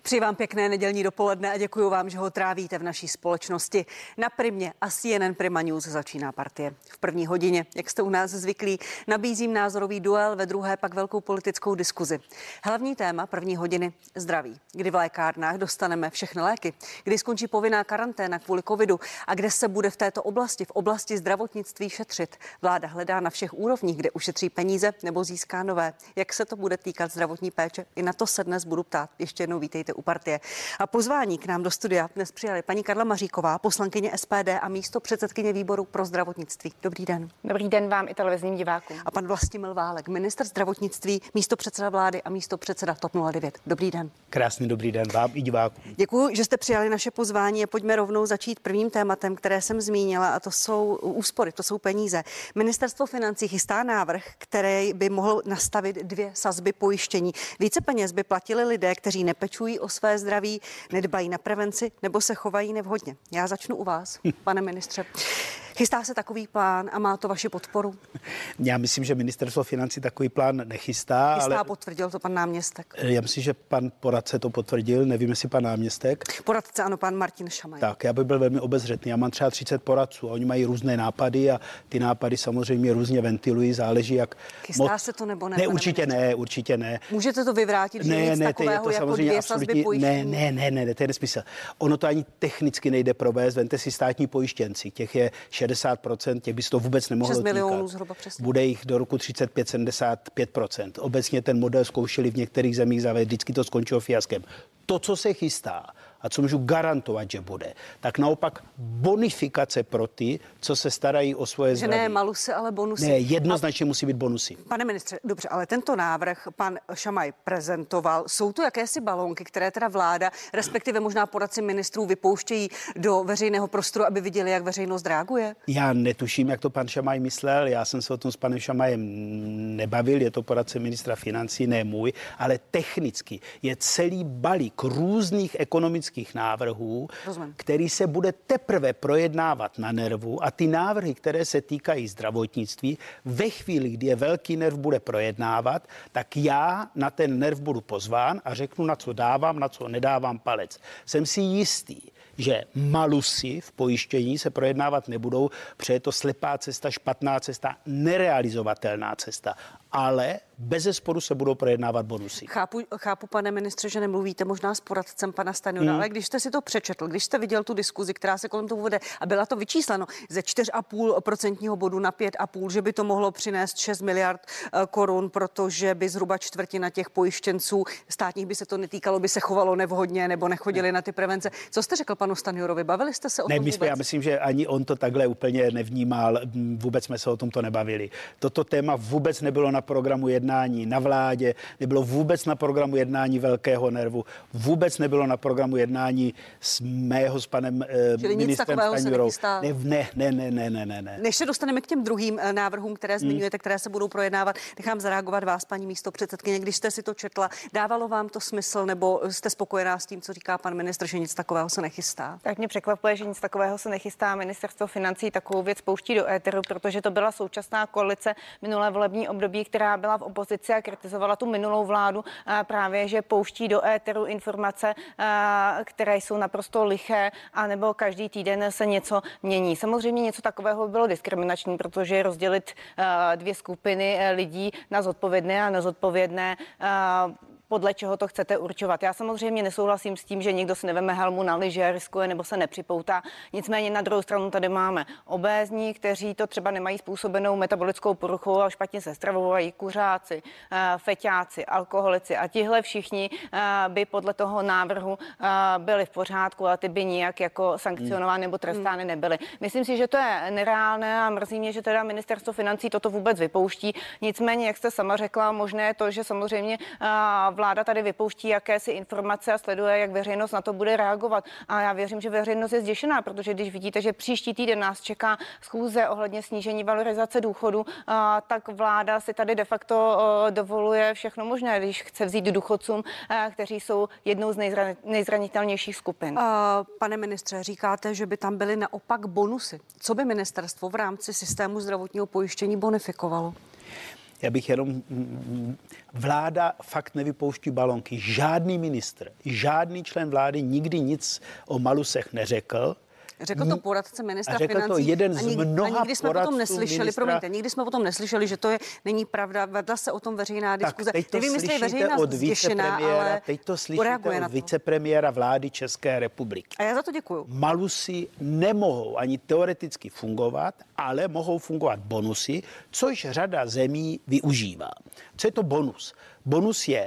Přeji vám pěkné nedělní dopoledne a děkuji vám, že ho trávíte v naší společnosti. Na Primě a CNN Prima News začíná Partie. V první hodině, jak jste u nás zvyklí, nabízím názorový duel, ve druhé pak velkou politickou diskuzi. Hlavní téma první hodiny – zdraví. Kdy v lékárnách dostaneme všechny léky, kdy skončí povinná karanténa kvůli covidu a kde se bude v této oblasti, v oblasti zdravotnictví šetřit. Vláda hledá na všech úrovních, kde ušetří peníze nebo získá nové. Jak se to bude týkat zdravotní péče? I na to se dnes budu ptát. Ještě jednou vítejte u Partie. A pozvání k nám do studia dnes přijali paní Karla Maříková, poslankyně SPD a místopředsedkyně výboru pro zdravotnictví. Dobrý den. Dobrý den vám i televizním divákům. A pan Vlastimil Válek, ministr zdravotnictví, místopředseda vlády a místopředseda TOP 09. Dobrý den. Krásný dobrý den vám i divákům. Děkuji, že jste přijali naše pozvání a pojďme rovnou začít prvním tématem, které jsem zmínila, a to jsou úspory, to jsou peníze. Ministerstvo financí chystá návrh, který by mohl nastavit 2 sazby pojištění. Více peněz by platili lidé, kteří nepečují o své zdraví, nedbají na prevenci nebo se chovají nevhodně. Já začnu u vás, pane ministře. Chystá se takový plán a má to vaši podporu? Já myslím, že ministerstvo financí takový plán nechystá. Ale potvrdil to pan náměstek. Já myslím, že pan poradce to potvrdil, nevím, jestli pan náměstek. Poradce, ano, pan Martin Šamaj. Tak, já bych byl velmi obezřetný. Já mám třeba 30 poradců a oni mají různé nápady a ty nápady samozřejmě různě ventilují, záleží jak Chystá se to nebo ne? Ne, určitě ne. Můžete to vyvrátit, že nic takového jako 2 sazby pojištění? Ne, to je nesmysl. Ono to ani technicky nejde provést. Vemte si státní pojištěnci, těch je 60%, těch by se to vůbec nemohlo 6 milionů týkat. Zhruba přesně. Bude jich do roku 35-75%. Obecně ten model zkoušeli v některých zemích zavést, vždycky to skončilo fiaskem. To, co se chystá a co můžu garantovat, že bude, tak naopak bonifikace pro ty, co se starají o svoje zdraví. Že ne malusy, ale bonusy. Ne, jednoznačně musí být bonusy. Pane ministře, dobře, ale tento návrh pan Šamaj prezentoval. Jsou to jakési balónky, které teda vláda, respektive možná poradci ministrů vypouštějí do veřejného prostoru, aby viděli, jak veřejnost reaguje? Já netuším, jak to pan Šamaj myslel. Já jsem se o tom s panem Šamajem nebavil, je to poradce ministra financí, ne můj, ale technicky je celý balík různých ekonomických návrhů, který se bude teprve projednávat na NERVu a ty návrhy, které se týkají zdravotnictví, ve chvíli, kdy je velký NERV bude projednávat, tak já na ten NERV budu pozván a řeknu, na co dávám, na co nedávám palec. Jsem si jistý, že malusy v pojištění se projednávat nebudou, protože je to slepá cesta, špatná cesta, nerealizovatelná cesta. Ale bezesporu se budou projednávat bonusy. Chápu, pane ministře, že nemluvíte možná s poradcem pana Stanjura, ale když jste si to přečetl, když jste viděl tu diskuzi, která se kolem toho vede a byla to vyčísleno ze 4,5% bodu na 5,5%, že by to mohlo přinést 6 miliard korun, protože by zhruba čtvrtina těch pojištěnců státních by se to netýkalo, by se chovalo nevhodně nebo nechodili na ty prevence. Co jste řekl panu Stanjurovi? Bavili jste se o tom vůbec? Já myslím, že ani on to takhle úplně nevnímal. Vůbec jsme se o tomto nebavili. Toto téma vůbec nebylo na programu jednání na vládě, nebylo vůbec na programu jednání velkého NERVu, vůbec nebylo na programu jednání s panem ministrem Stanjurou. Ne. Než se dostaneme k těm druhým návrhům, které zmiňujete, které se budou projednávat, nechám zareagovat vás, paní místopředsedkyně. Když jste si to četla, dávalo vám to smysl, nebo jste spokojená s tím, co říká pan ministr, že nic takového se nechystá? Tak mě překvapuje, že nic takového se nechystá. Ministerstvo financí takovou věc pouští do éteru, protože to byla současná koalice minulé volební období, která byla v opozici a kritizovala tu minulou vládu právě, že pouští do éteru informace, které jsou naprosto liché, anebo každý týden se něco mění. Samozřejmě něco takového by bylo diskriminační, protože rozdělit 2 skupiny lidí na zodpovědné a nezodpovědné, podle čeho to chcete určovat. Já samozřejmě nesouhlasím s tím, že někdo si neveme helmu na lyže, riskuje nebo se nepřipoutá. Nicméně na druhou stranu tady máme obézní, kteří to třeba nemají způsobenou metabolickou poruchou a špatně se stravovají, kuřáci, feťáci, alkoholici a tihle všichni by podle toho návrhu byli v pořádku a ty by nijak jako sankcionovány nebo trestány nebyly. Myslím si, že to je nereálné a mrzí mě, že teda ministerstvo financí toto vůbec vypouští. Nicméně, jak jste sama řekla, možné je to, že samozřejmě vláda tady vypouští jakési informace a sleduje, jak veřejnost na to bude reagovat. A já věřím, že veřejnost je zděšená, protože když vidíte, že příští týden nás čeká schůze ohledně snížení valorizace důchodu, tak vláda si tady de facto dovoluje všechno možné, když chce vzít důchodcům, kteří jsou jednou z nejzranitelnějších skupin. Pane ministře, říkáte, že by tam byly naopak bonusy. Co by ministerstvo v rámci systému zdravotního pojištění bonifikovalo? Já bych jenom... Vláda fakt nevypouští balonky. Žádný ministr, žádný člen vlády nikdy nic o malusech neřekl. Řekl to poradce ministra řekl financí. To jeden z mnoha nikdy jsme potom neslyšeli, ministra... promiňte, nikdy jsme potom neslyšeli, že to není pravda. Vedla se o tom veřejná diskuze. Tak teď to nevím, jestli je veřejná zděšená, ale teď to slyšíte od vicepremiéra vlády České republiky. A já za to děkuju. Malusy nemohou ani teoreticky fungovat, ale mohou fungovat bonusy, což řada zemí využívá. Co je to bonus? Bonus je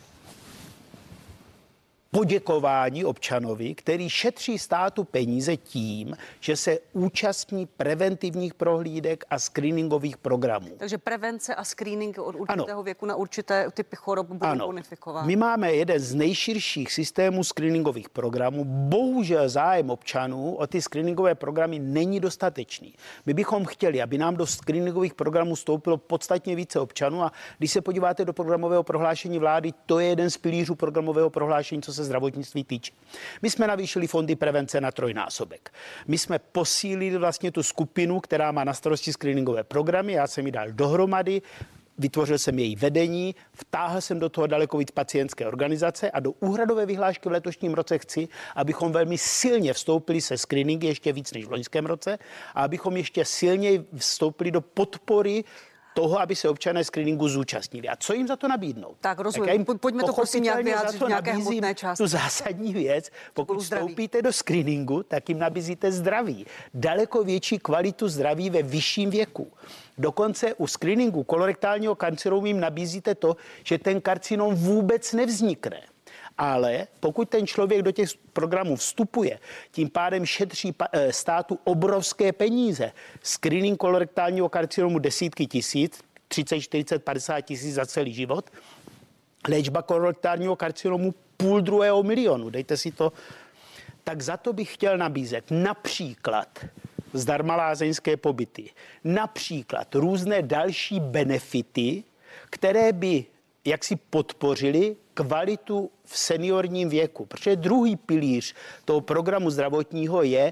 poděkování občanovi, který šetří státu peníze tím, že se účastní preventivních prohlídek a screeningových programů. Takže prevence a screening od určitého věku na určité typy chorob budou bonifikovány. My máme jeden z nejširších systémů screeningových programů. Bohužel zájem občanů o ty screeningové programy není dostatečný. My bychom chtěli, aby nám do screeningových programů vstoupilo podstatně více občanů, a když se podíváte do programového prohlášení vlády, to je jeden z pilířů programového prohlášení, co se zdravotnictví týče. My jsme navýšili fondy prevence na 3násobek. My jsme posílili vlastně tu skupinu, která má na starosti screeningové programy. Já jsem ji dal dohromady, vytvořil jsem její vedení, vtáhl jsem do toho daleko víc pacientské organizace a do úhradové vyhlášky v letošním roce chci, abychom velmi silně vstoupili se screeningy ještě víc než v loňském roce a abychom ještě silněji vstoupili do podpory toho, aby se občané screeningu zúčastnili. A co jim za to nabídnout? Tak rozumím. Pojďme to prosím nějak vyjádřit v nějaké hmotné části. Tu zásadní věc, pokud vstoupíte do screeningu, tak jim nabízíte zdraví. Daleko větší kvalitu zdraví ve vyšším věku. Dokonce u screeningu kolorektálního karcinomu jim nabízíte to, že ten karcinom vůbec nevznikne. Ale pokud ten člověk do těch programů vstupuje, tím pádem šetří státu obrovské peníze. Screening kolorektálního karcinomu desítky tisíc, 30, 40, 50 tisíc za celý život. Léčba kolorektálního karcinomu 500 000, dejte si to. Tak za to bych chtěl nabízet například zdarma lázeňské pobyty, například různé další benefity, které by jaksi podpořili kvalitu v seniorním věku. Protože druhý pilíř toho programu zdravotního je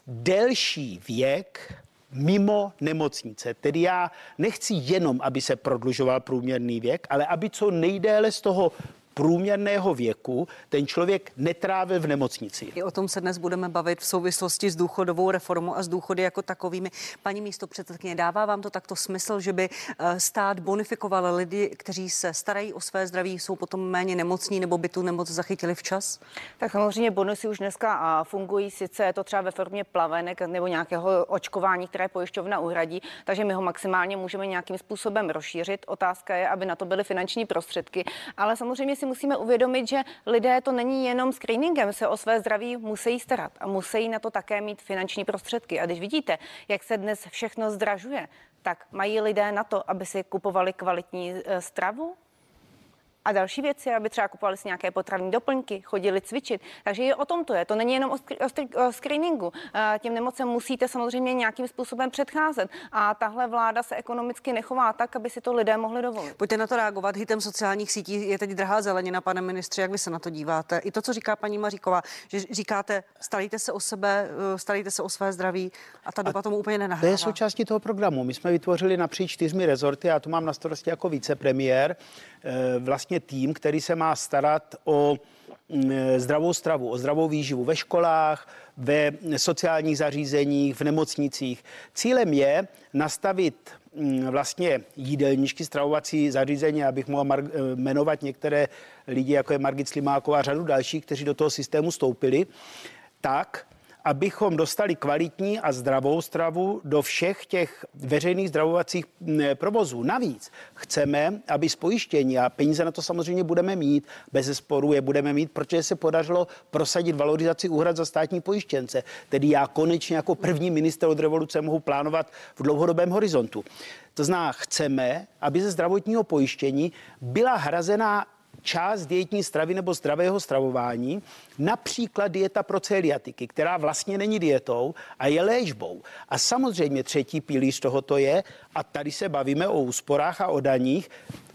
delší věk mimo nemocnice. Tedy já nechci jenom, aby se prodlužoval průměrný věk, ale aby co nejdéle z toho průměrného věku ten člověk netrávil v nemocnici. I o tom se dnes budeme bavit v souvislosti s důchodovou reformou a s důchody jako takovými. Paní místopředsedkyně, dává vám to takto smysl, že by stát bonifikoval lidi, kteří se starají o své zdraví, jsou potom méně nemocní, nebo by tu nemoc zachytili včas? Tak samozřejmě bonusy už dneska fungují, sice je to třeba ve formě plavenek nebo nějakého očkování, které pojišťovna uhradí, takže my ho maximálně můžeme nějakým způsobem rozšířit. Otázka je, aby na to byly finanční prostředky, ale samozřejmě si musíme uvědomit, že lidé to není jenom screeningem, se o své zdraví musí starat a musí na to také mít finanční prostředky. A když vidíte, jak se dnes všechno zdražuje, tak mají lidé na to, aby si kupovali kvalitní stravu? A další věci, aby třeba kupovali si nějaké potravní doplňky, chodili cvičit. Takže je o tom to je. To není jenom o screeningu. Těm nemocem musíte samozřejmě nějakým způsobem předcházet. A tahle vláda se ekonomicky nechová tak, aby si to lidé mohli dovolit. Pojďte na to reagovat. Hitem sociálních sítí je teď drahá zelenina, pane ministře. Jak vy se na to díváte? I to, co říká paní Maříková, že říkáte, starejte se o sebe, starejte se o své zdraví a ta doba tomu úplně nenahrává. To je součástí toho programu. My jsme vytvořili napříč 4 rezorty, já to mám na starosti jako vicepremiér, vlastně tým, který se má starat o zdravou stravu, o zdravou výživu ve školách, ve sociálních zařízeních, v nemocnicích. Cílem je nastavit vlastně jídelníčky, stravovací zařízení, abych mohl jmenovat některé lidi, jako je Margit Slimáková a řadu dalších, kteří do toho systému vstoupili, tak, abychom dostali kvalitní a zdravou stravu do všech těch veřejných stravovacích provozů. Navíc chceme, aby z pojištění, a peníze na to samozřejmě budeme mít, bezesporu je budeme mít, protože se podařilo prosadit valorizaci úhrad za státní pojištěnce. Tedy já konečně jako první ministr od revoluce mohu plánovat v dlouhodobém horizontu. To znamená, chceme, aby ze zdravotního pojištění byla hrazená část dietní stravy nebo zdravého stravování, například dieta pro celiatiky, která vlastně není dietou a je léčbou. A samozřejmě třetí pilíř tohoto je, a tady se bavíme o úsporách a o daních,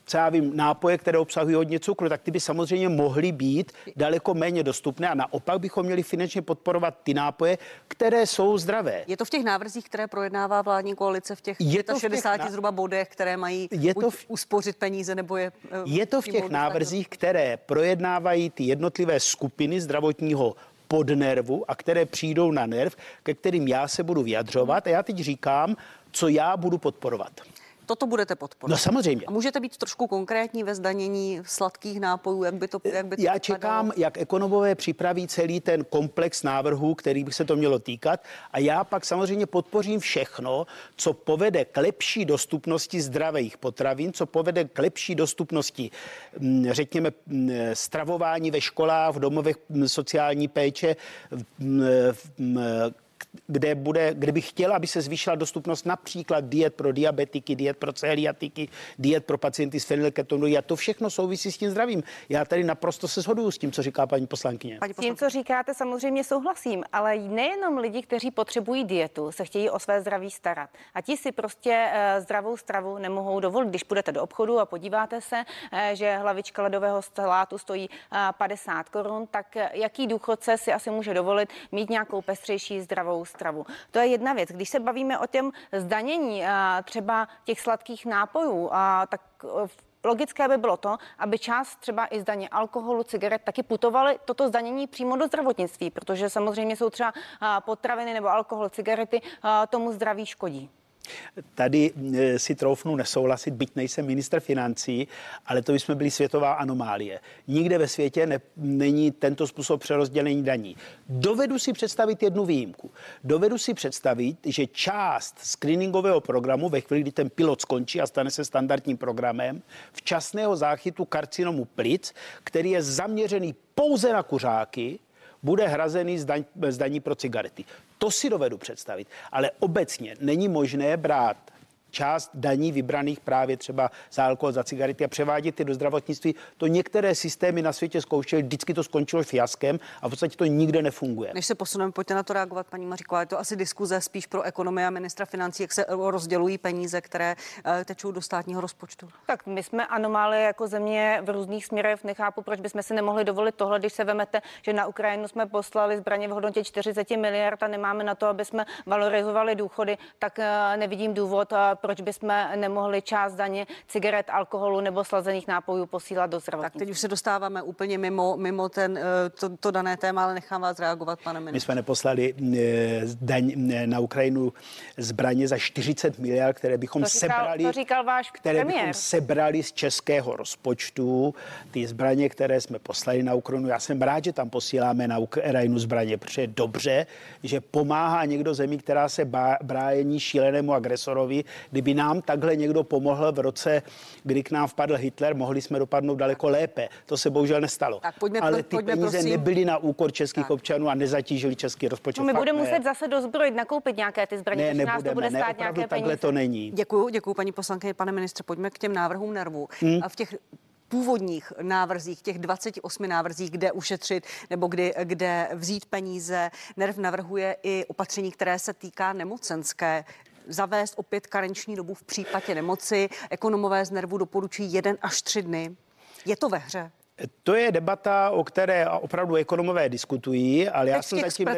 co já vím, nápoje, které obsahují hodně cukru, tak ty by samozřejmě mohly být daleko méně dostupné a naopak bychom měli finančně podporovat ty nápoje, které jsou zdravé. Je to v těch návrzích, které projednává vládní koalice v těch 65 zhruba bodech, které mají uspořit peníze nebo je to v těch návrzích, které projednávají ty jednotlivé skupiny zdravotního podnervu a které přijdou na nerv, ke kterým já se budu vyjadřovat a já teď říkám, co já budu podporovat. Toto budete podporovat? No samozřejmě. A můžete být trošku konkrétní ve zdanění sladkých nápojů, jak by to Já čekám, jak ekonomové připraví celý ten komplex návrhů, který by se to mělo týkat a já pak samozřejmě podpořím všechno, co povede k lepší dostupnosti zdravých potravin, co povede k lepší dostupnosti, řekněme, stravování ve školách, v domovech sociální péče, kde bych chtěla, aby se zvýšila dostupnost například diet pro diabetiky, diet pro celiatiky, diet pro pacienty s fenylketonurii a to všechno souvisí s tím zdravím. Já tady naprosto se shoduju s tím, co říká paní poslankyně. S tím, co říkáte, samozřejmě souhlasím, ale nejenom lidi, kteří potřebují dietu, se chtějí o své zdraví starat. A ti si prostě zdravou stravu nemohou dovolit. Když půjdete do obchodu a podíváte se, že hlavička ledového salátu stojí 50 korun, tak jaký důchodce si asi může dovolit mít nějakou pestřejší zdravou stravu. To je jedna věc. Když se bavíme o těm zdanění třeba těch sladkých nápojů, tak logické by bylo to, aby část třeba i z daně alkoholu, cigaret taky putovaly toto zdanění přímo do zdravotnictví, protože samozřejmě jsou třeba potraviny nebo alkohol, cigarety tomu zdraví škodí. Tady si troufnu nesouhlasit, byť nejsem ministr financí, ale to bychom byli světová anomálie. Nikde ve světě není tento způsob přerozdělení daní. Dovedu si představit jednu výjimku. Dovedu si představit, že část screeningového programu, ve chvíli, kdy ten pilot skončí a stane se standardním programem, včasného záchytu karcinomu plic, který je zaměřený pouze na kuřáky, bude hrazený z daní pro cigarety. To si dovedu představit, ale obecně není možné brát část daní vybraných právě třeba za alkohol, za cigarety a převádět je do zdravotnictví. To některé systémy na světě zkoušely, vždycky to skončilo fiaskem a v podstatě to nikde nefunguje. Než se posuneme, pojďte na to reagovat, paní Maříková. Je to asi diskuze spíš pro ekonomii a ministra financí, jak se rozdělují peníze, které tečou do státního rozpočtu. Tak my jsme anomálie jako země v různých směrech. Nechápu, proč bychom si nemohli dovolit tohle, když se vemete, že na Ukrajinu jsme poslali zbraně v hodnotě 40 miliard a nemáme na to, aby jsme valorizovali důchody, tak nevidím důvod, proč bychom nemohli část daně cigaret, alkoholu nebo slazených nápojů posílat do zdravotnictví. Tak teď už se dostáváme úplně mimo to dané téma, ale nechám vás reagovat, pane ministře. My jsme neposlali na Ukrajinu zbraně za 40 miliard, které bychom sebrali z českého rozpočtu. Ty zbraně, které jsme poslali na Ukrajinu, já jsem rád, že tam posíláme na Ukrajinu zbraně, protože je dobře, že pomáhá někdo zemi, která se brání šílenému agresorovi. Kdyby nám takhle někdo pomohl v roce, kdy k nám vpadl Hitler, mohli jsme dopadnout daleko lépe. To se bohužel nestalo. Ale ty peníze nebyly na úkor českých občanů a nezatížili český rozpočet. My budeme muset zase dozbrojit, nakoupit nějaké ty zbraně, nebudeme, nás to bude stát nějaké peníze. To není. Děkuji paní poslankyně, pane ministře, pojďme k těm návrhům NERVu. A v těch původních návrzích, těch 28 návrzích, kde ušetřit nebo kde vzít peníze, NERV navrhuje i opatření, které se týká nemocenské. Zavést opět karenční dobu v případě nemoci. Ekonomové z NERVu doporučují 1 až 3 dny. Je to ve hře? To je debata, o které opravdu ekonomové diskutují, ale já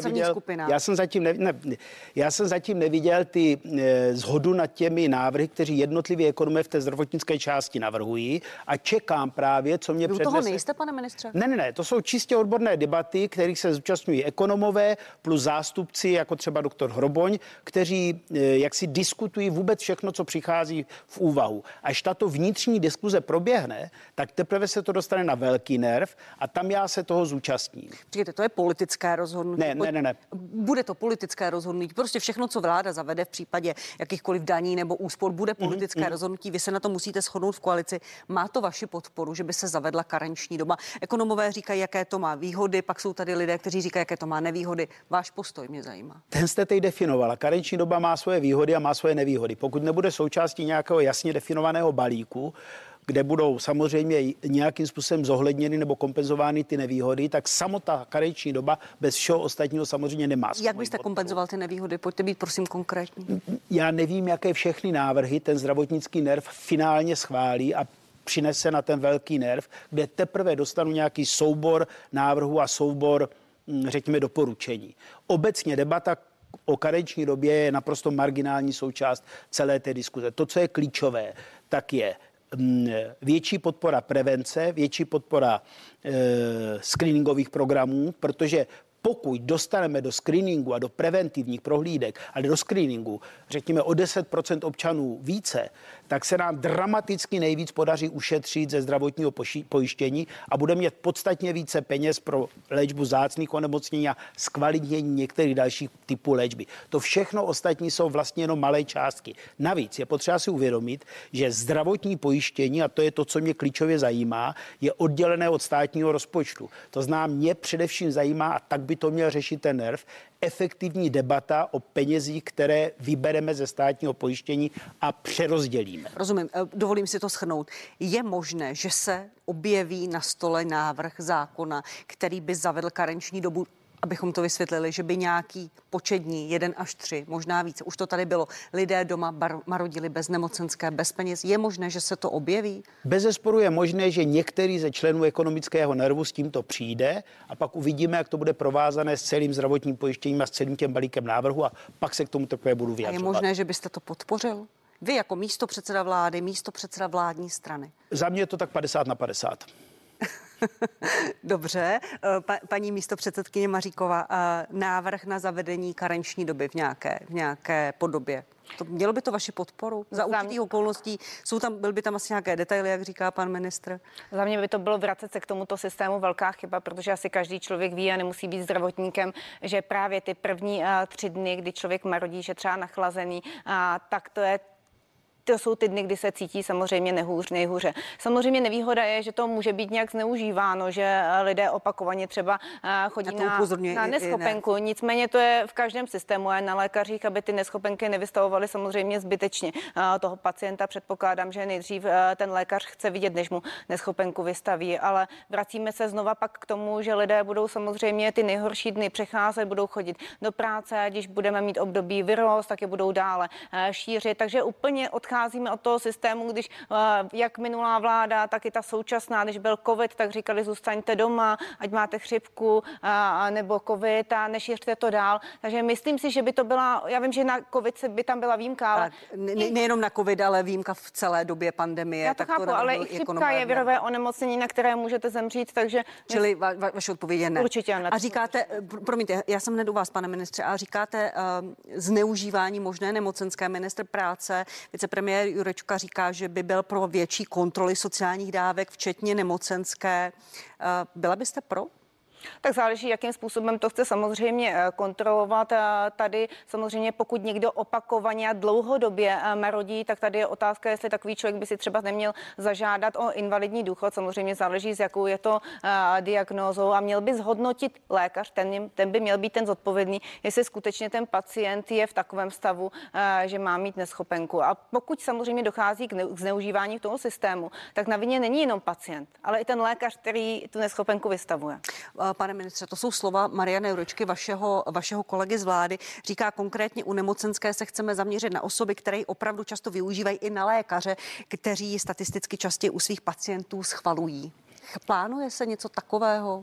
jsem zatím neviděl ty shodu nad těmi návrhy, kteří jednotlivě ekonomové v té zdravotnické části navrhují a čekám právě, co mě přednese. Vy toho nejste, pane ministře? Ne, to jsou čistě odborné debaty, kterých se zúčastňují ekonomové plus zástupci, jako třeba doktor Hroboň, kteří jaksi diskutují vůbec všechno, co přichází v úvahu. Až tato vnitřní diskuze proběhne, tak teprve se to dostane na velký NERV a tam já se toho zúčastním. Říkejte, to je politické rozhodnutí. Ne. Bude to politické rozhodnutí. Prostě všechno, co vláda zavede v případě jakýchkoliv daní nebo úspor, bude politické rozhodnutí. Vy se na to musíte shodnout v koalici. Má to vaši podporu, že by se zavedla karenční doba? Ekonomové říkají, jaké to má výhody, pak jsou tady lidé, kteří říkají, jaké to má nevýhody. Váš postoj mě zajímá. Ten jste teď definovala. Karenční doba má svoje výhody a má svoje nevýhody. Pokud nebude součástí nějakého jasně definovaného balíku, kde budou samozřejmě nějakým způsobem zohledněny nebo kompenzovány ty nevýhody, tak samotná karenční doba bez všeho ostatního samozřejmě nemá. Jak byste kompenzoval ty nevýhody? Pojďte být prosím konkrétní. Já nevím, jaké všechny návrhy ten zdravotnický NERV finálně schválí a přinese na ten velký nerv, kde teprve dostanu nějaký soubor návrhů a soubor, řekněme, doporučení. Obecně debata o karenční době je naprosto marginální součást celé té diskuze. To, co je klíčové, tak je větší podpora prevence, větší podpora screeningových programů, protože pokud dostaneme do screeningu a do preventivních prohlídek, ale do screeningu, řekněme o 10% občanů více, tak se nám dramaticky nejvíc podaří ušetřit ze zdravotního pojištění a budeme mít podstatně více peněz pro léčbu vzácných onemocnění a zkvalitnění některých dalších typů léčby. To všechno ostatní jsou vlastně jenom malé částky. Navíc je potřeba si uvědomit, že zdravotní pojištění, a to je to, co mě klíčově zajímá, je oddělené od státního rozpočtu. To znamená, mě především zajímá, a tak by to měl řešit ten NERV, efektivní debata o penězích, které vybereme ze státního pojištění a přerozdělíme. Rozumím, dovolím si to shrnout. Je možné, že se objeví na stole návrh zákona, který by zavedl karenční dobu, abychom to vysvětlili, že by nějaký početní 1 až 3, možná více, už to tady bylo, lidé doma marodili bez nemocenské, bez peněz. Je možné, že se to objeví? Bezesporu je možné, že některý ze členů ekonomického nervu s tímto přijde a pak uvidíme, jak to bude provázané s celým zdravotním pojištěním a s celým tím balíkem návrhu a pak se k tomu takové budu vyjadřovat. A je možné, že byste to podpořil? Vy jako místopředseda vlády, místopředseda vládní strany. Za mě je to tak 50/50. Dobře, paní místopředsedkyně Maříková, návrh na zavedení karenční doby v nějaké podobě. Mělo by to vaši podporu? Za určitých okolností byl by tam asi nějaké detaily, jak říká pan ministr? Za mě by to bylo vracet se k tomuto systému velká chyba, protože asi každý člověk ví a nemusí být zdravotníkem, že právě ty první 3 dny, kdy člověk marodí, že třeba nachlazený, tak to jsou ty dny, kdy se cítí samozřejmě nejhůře. Samozřejmě nevýhoda je, že to může být nějak zneužíváno, že lidé opakovaně třeba chodí na neschopenku. Nicméně to je v každém systému a na lékařích, aby ty neschopenky nevystavovaly samozřejmě zbytečně toho pacienta. Předpokládám, že nejdřív ten lékař chce vidět, než mu neschopenku vystaví, ale vracíme se znova pak k tomu, že lidé budou samozřejmě ty nejhorší dny přecházet, budou chodit do práce, když budeme mít období viróz, tak je budou dále šířit. Takže úplně odcházíme od toho systému, když jak minulá vláda, tak i ta současná, když byl covid, tak říkali zůstaňte doma, ať máte chřipku nebo covid a nešířte to dál. Takže myslím si, že by to byla, já vím, že na covid by tam byla výjimka, ale nejenom na covid, ale výjimka v celé době pandemie. Já to chápu, ale i chřipka je virové onemocnění, na které můžete zemřít, takže... Čili vaše odpověď je ne. Určitě ne. A říkáte, promiňte, já jsem hned u vás, pane ministře, a říkáte zneužívání možné nemocenské. Ministr práce, vicepremiér Jurečka říká, že by byl pro větší kontroly sociálních dávek, včetně nemocenské. Byla byste pro? Tak záleží, jakým způsobem to chce samozřejmě kontrolovat. Tady samozřejmě, pokud někdo opakovaně a dlouhodobě marodí, tak tady je otázka, jestli takový člověk by si třeba neměl zažádat o invalidní důchod. Samozřejmě záleží, s jakou je to diagnózou a měl by zhodnotit lékař, ten by měl být ten zodpovědný, jestli skutečně ten pacient je v takovém stavu, že má mít neschopenku. A pokud samozřejmě dochází k zneužívání toho systému, tak na vině není jenom pacient, ale i ten lékař, který tu neschopenku vystavuje. Pane ministře, to jsou slova Mariana Jurečky, vašeho kolegy z vlády. Říká konkrétně, u nemocenské se chceme zaměřit na osoby, které ji opravdu často využívají, i na lékaře, kteří ji statisticky častěji u svých pacientů schvalují. Plánuje se něco takového?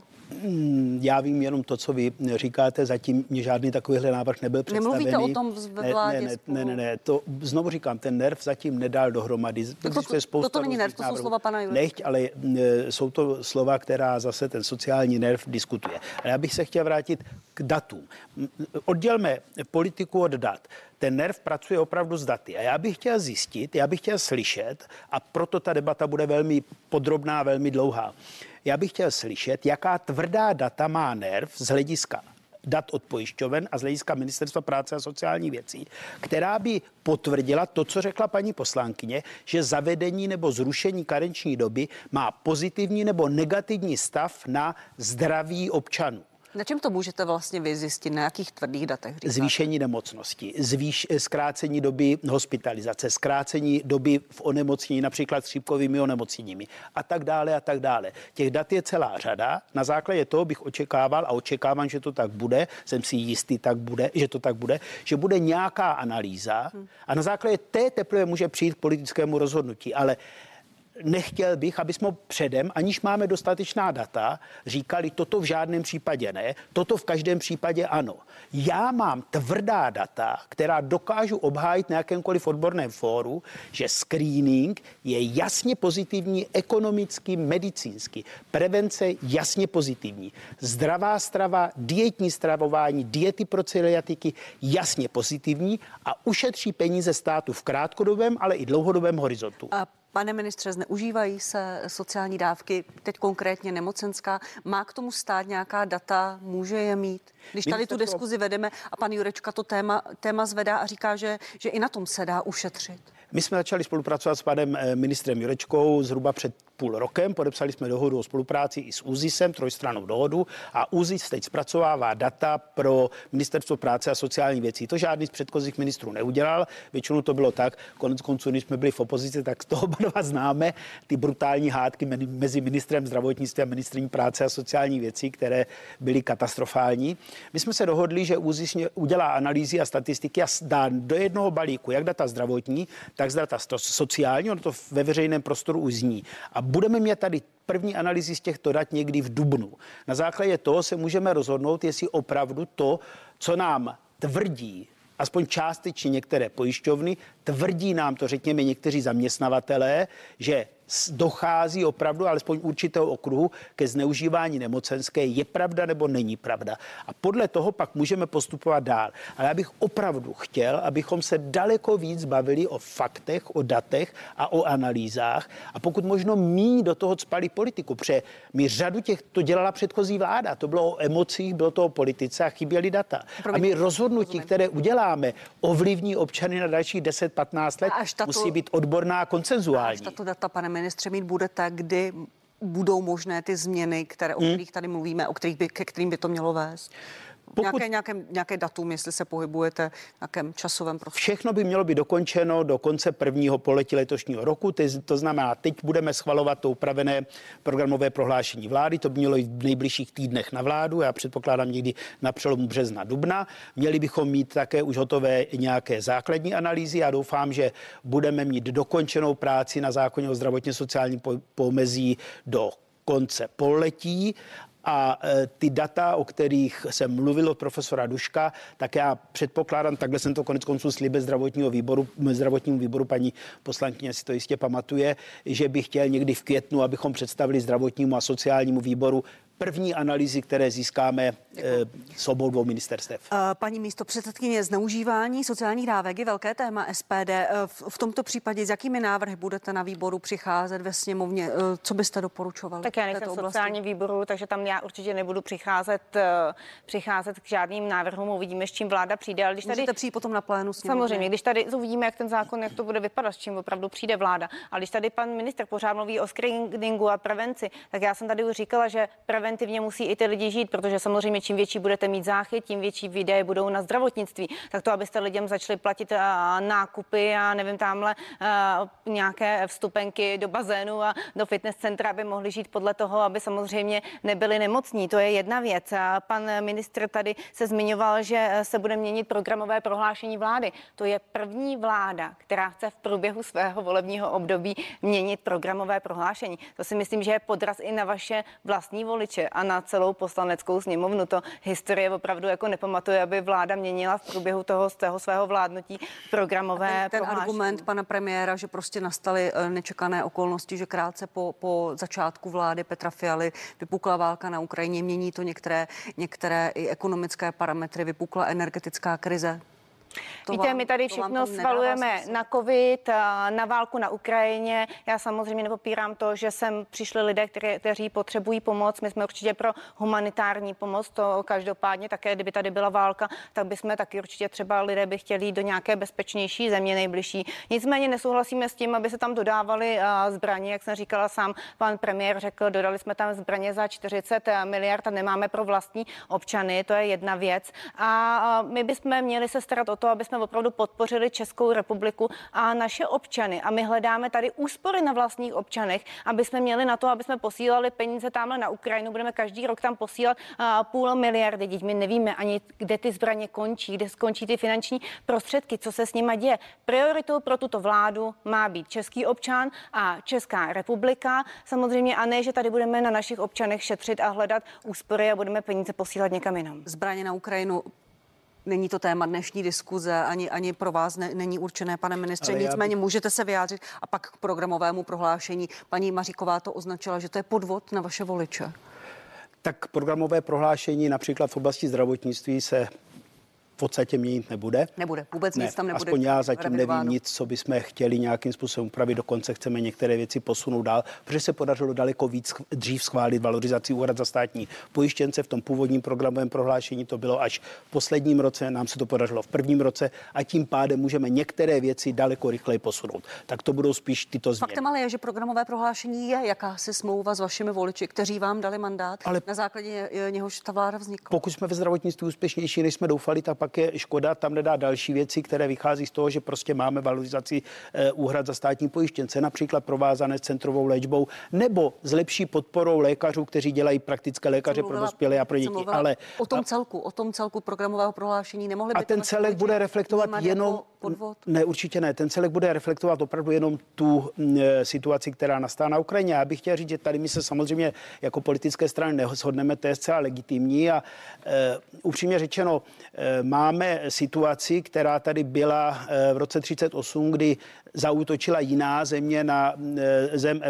Já vím jenom to, co vy říkáte, zatím mě žádný takovýhle návrh nebyl představený. Nemluvíte o tom ve vládě? Ne, to znovu říkám, ten NERV zatím nedal dohromady. To není NERV, to jsou slova pana Jurečky. Nechť, ale jsou to slova, která zase ten sociální NERV diskutuje. Ale já bych se chtěl vrátit k datům. Oddělme politiku od dat. Ten NERV pracuje opravdu s daty a já bych chtěl zjistit, já bych chtěl slyšet a proto ta debata bude velmi podrobná, velmi dlouhá. Já bych chtěl slyšet, jaká tvrdá data má NERV z hlediska dat od pojišťoven a z hlediska Ministerstva práce a sociálních věcí, která by potvrdila to, co řekla paní poslankyně, že zavedení nebo zrušení karenční doby má pozitivní nebo negativní stav na zdraví občanů. Na čem to můžete vlastně vyzjistit? Na jakých tvrdých datech? Říkáte? Zvýšení nemocnosti, zkrácení doby hospitalizace, zkrácení doby v onemocnění, například chřipkovými onemocněními a tak dále a tak dále. Těch dat je celá řada. Na základě toho bych očekával a očekávám, že to tak bude, jsem si jistý, že to tak bude, že bude nějaká analýza a na základě té teprve může přijít k politickému rozhodnutí, ale nechtěl bych, aby jsme předem, aniž máme dostatečná data, říkali, toto v žádném případě ne, toto v každém případě ano. Já mám tvrdá data, která dokážu obhájit na jakémkoliv odborném fóru, že screening je jasně pozitivní ekonomicky, medicínsky. Prevence jasně pozitivní. Zdravá strava, dietní stravování, diety pro celiatiky jasně pozitivní a ušetří peníze státu v krátkodobém, ale i dlouhodobém horizontu. Pane ministře, zneužívají se sociální dávky, teď konkrétně nemocenská? Má k tomu stát nějaká data? Může je mít? Když tady tu diskuzi vedeme a pan Jurečka to téma zvedá a říká, že i na tom se dá ušetřit. My jsme začali spolupracovat s panem ministrem Jurečkou zhruba před půl rokem. Podepsali jsme dohodu o spolupráci i s ÚZISem, trojstrannou dohodu, a ÚZIS teď zpracovává data pro Ministerstvo práce a sociální věcí. To žádný z předchozích ministrů neudělal. Většinou to bylo tak, konec konců, když jsme byli v opozici, tak z toho oba dva známe ty brutální hádky mezi ministrem zdravotnictví a ministryní práce a sociální věcí, které byly katastrofální. My jsme se dohodli, že ÚZIS udělá analýzy a statistiky a dá do jednoho balíku jak data zdravotní, tak data sociální, ono to ve veřejném prostoru už zní. A budeme mít tady první analýzy z těchto dat někdy v dubnu. Na základě toho se můžeme rozhodnout, jestli opravdu to, co nám tvrdí aspoň částečně některé pojišťovny, tvrdí nám to, řekněme, někteří zaměstnavatelé, že dochází opravdu, alespoň určitého okruhu, ke zneužívání nemocenské, je pravda nebo není pravda. A podle toho pak můžeme postupovat dál. Ale já bych opravdu chtěl, abychom se daleko víc bavili o faktech, o datech a o analýzách a pokud možno míň do toho cpali politiku, protože my řadu těch to dělala předchozí vláda. To bylo o emocích, bylo to o politice a chyběly data. A my rozhodnutí, které uděláme, ovlivní občany na dalších 10-15 let, musí být odborná a konsenzuální. Až tato data, pane ministře, mít budete, kdy budou možné ty změny, o kterých tady mluvíme, ke kterým by to mělo vést? Nějaké datum, jestli se pohybujete v nějakém časovém prostoru? Všechno by mělo být dokončeno do konce prvního pololetí letošního roku. To znamená, teď budeme schvalovat to upravené programové prohlášení vlády. To by mělo jít v nejbližších týdnech na vládu. Já předpokládám někdy na přelomu března, dubna. Měli bychom mít také už hotové nějaké základní analýzy. Já doufám, že budeme mít dokončenou práci na zákoně o zdravotně sociálním pomezí do konce pololetí. A ty data, o kterých jsem mluvil od profesora Duška, tak já předpokládám, takhle jsem to konec konců slíbil zdravotnímu výboru, paní poslankyně si to jistě pamatuje, že bych chtěl někdy v květnu, abychom představili zdravotnímu a sociálnímu výboru první analýzy, které získáme s obou dvou ministerstev. Paní místopředsedkyně, zneužívání sociálních dávek je velké téma SPD. V tomto případě s jakými návrhy budete na výboru přicházet ve sněmovně? Co byste doporučovali? Tak já nejsem v sociálním výboru, takže tam já určitě nebudu přicházet k žádným návrhům. Uvidíme, s čím vláda přijde. Ale když tady můžete přijít potom na plénu sněmovny. Samozřejmě, když tady uvidíme, jak ten zákon, jak to bude vypadat, s čím opravdu přijde vláda. Ale když tady pan ministr pořád mluví o screeningu a prevenci, tak já jsem tady už říkala, že preventivně musí i ty lidi žít, protože samozřejmě čím větší budete mít záchyt, tím větší výdaje budou na zdravotnictví. Tak to, abyste lidem začali platit nákupy a nevím, tamhle nějaké vstupenky do bazénu a do fitness centra, aby mohli žít podle toho, aby samozřejmě nebyli nemocní. To je jedna věc. A pan ministr tady se zmiňoval, že se bude měnit programové prohlášení vlády. To je první vláda, která chce v průběhu svého volebního období měnit programové prohlášení. To si myslím, že je podraz i na vaše vlastní voliče a na celou poslaneckou sněmovnu. To historie opravdu jako nepamatuje, aby vláda měnila v průběhu toho svého vládnutí programové ten prohlášení. Argument pana premiéra, že prostě nastaly nečekané okolnosti, že krátce po začátku vlády Petra Fialy vypukla válka na Ukrajině, mění to některé i ekonomické parametry, vypukla energetická krize. Víte, my tady všechno svalujeme na covid, na válku na Ukrajině. Já samozřejmě nepopírám to, že sem přišli lidé, kteří potřebují pomoc. My jsme určitě pro humanitární pomoc, to každopádně také, kdyby tady byla válka, tak bychom taky určitě třeba lidé by chtěli jít do nějaké bezpečnější země nejbližší. Nicméně nesouhlasíme s tím, aby se tam dodávaly zbraně, jak jsem říkala, sám pan premiér řekl, dodali jsme tam zbraně za 40 miliard a nemáme pro vlastní občany, to je jedna věc. A my bychom měli se starat o to, to, aby jsme opravdu podpořili Českou republiku a naše občany. A my hledáme tady úspory na vlastních občanech, aby jsme měli na to, aby jsme posílali peníze tamhle na Ukrajinu. Budeme každý rok tam posílat 0,5 miliardy. Teď my nevíme ani, kde ty zbraně končí, kde skončí ty finanční prostředky, co se s nimi děje. Prioritou pro tuto vládu má být český občan a Česká republika. Samozřejmě a ne, že tady budeme na našich občanech šetřit a hledat úspory a budeme peníze posílat někam jinam. Zbraně na Ukrajinu. Není to téma dnešní diskuze, ani pro vás není určené, pane ministře, nicméně můžete se vyjádřit a pak k programovému prohlášení. Paní Maříková to označila, že to je podvod na vaše voliče. Tak programové prohlášení například v oblasti zdravotnictví se v podstatě měnit nebude. Nebude, vůbec nic tam nebude. Aspoň já zatím nevím nic, co bychom chtěli nějakým způsobem upravit, dokonce chceme některé věci posunout dál, protože se podařilo daleko dřív schválit valorizaci úhrad za státní pojištěnce. V tom původním programovém prohlášení to bylo až v posledním roce, nám se to podařilo v prvním roce a tím pádem můžeme některé věci daleko rychleji posunout. Tak to budou spíš tyto změny. Faktem ale je, že programové prohlášení je jakási smlouva s vašimi voliči, kteří vám dali mandát, ale na základě něhož ta vláda vznikla. Pokud jsme ve zdravotnictví úspěšnější, než jsme doufali, tak pak je škoda tam nedá další věci, které vychází z toho, že prostě máme valorizaci úhrad za státní pojištěnce, například provázané s centrovou léčbou nebo s lepší podporou lékařů, kteří dělají praktické lékaře pro dospělé a pro děti. Ale o tom celku programového prohlášení nemohli by. A ten celek bude reflektovat jenom podvod? Ne, určitě ne. Ten celek bude reflektovat opravdu jenom tu situaci, která nastala na Ukrajině. Já bych chtěl říct, že tady my se samozřejmě jako politické strany neshodneme, to je zcela legitimní a upřímně řečeno máme situaci, která tady byla v roce 1938, kdy zaútočila jiná země na zem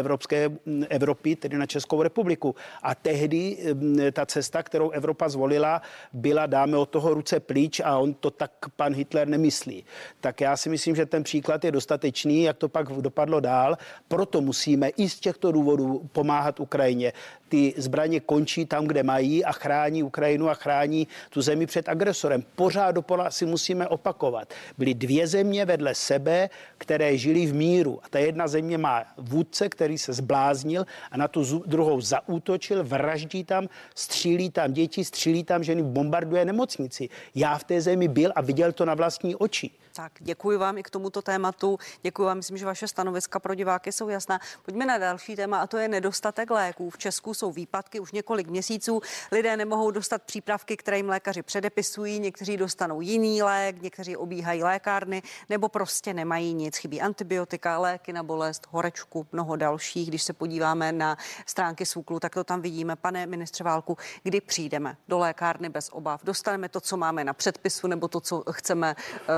Evropy, tedy na Českou republiku. A tehdy ta cesta, kterou Evropa zvolila, byla dáme od toho ruce pryč a on to tak pan Hitler nemyslí. Tak já si myslím, že ten příklad je dostatečný, jak to pak dopadlo dál. Proto musíme i z těchto důvodů pomáhat Ukrajině. Ty zbraně končí tam, kde mají a chrání Ukrajinu a chrání tu zemi před agresorem. Pořád dokola si musíme opakovat. Byly dvě země vedle sebe, které žili v míru. A ta jedna země má vůdce, který se zbláznil a na tu druhou zaútočil, vraždí tam, střílí tam děti, střílí tam ženy, bombarduje nemocnici. Já v té zemi byl a viděl to na vlastní oči. Tak, děkuji vám i k tomuto tématu. Děkuji vám, myslím, že vaše stanoviska pro diváky jsou jasná. Pojďme na další téma a to je nedostatek léků. V Česku jsou výpadky už několik měsíců. Lidé nemohou dostat přípravky, které jim lékaři předepisují. Někteří dostanou jiný lék, někteří obíhají lékárny nebo prostě nemají nic. Chybí antibiotika, léky na bolest, horečku, mnoho dalších. Když se podíváme na stránky SÚKLu, tak to tam vidíme. Pane ministře Válku, kdy přijdeme do lékárny bez obav? Dostaneme to, co máme na předpisu, nebo to, co chceme